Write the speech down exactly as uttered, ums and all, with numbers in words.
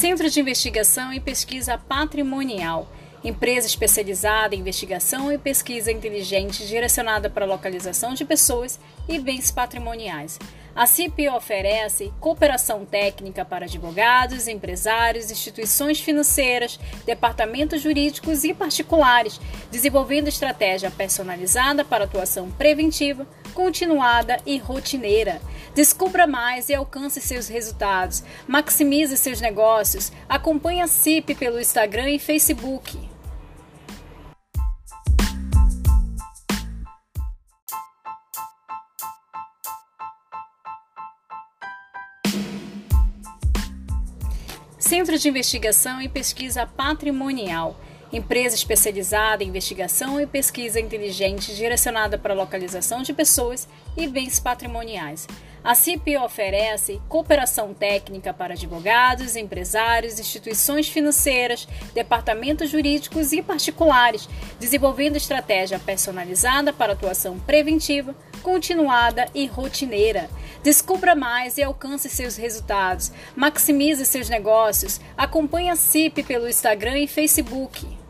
Centro de Investigação e Pesquisa Patrimonial, empresa especializada em investigação e pesquisa inteligente direcionada para a localização de pessoas e bens patrimoniais. A C I P oferece cooperação técnica para advogados, empresários, instituições financeiras, departamentos jurídicos e particulares, desenvolvendo estratégia personalizada para atuação preventiva, continuada e rotineira. Descubra mais e alcance seus resultados. Maximize seus negócios. Acompanhe a C I P pelo Instagram e Facebook. Centro de Investigação e Pesquisa Patrimonial, empresa especializada em investigação e pesquisa inteligente direcionada para a localização de pessoas e bens patrimoniais. A C I P oferece cooperação técnica para advogados, empresários, instituições financeiras, departamentos jurídicos e particulares, desenvolvendo estratégia personalizada para atuação preventiva, continuada e rotineira. Descubra mais e alcance seus resultados. Maximize seus negócios. Acompanhe a C I P pelo Instagram e Facebook.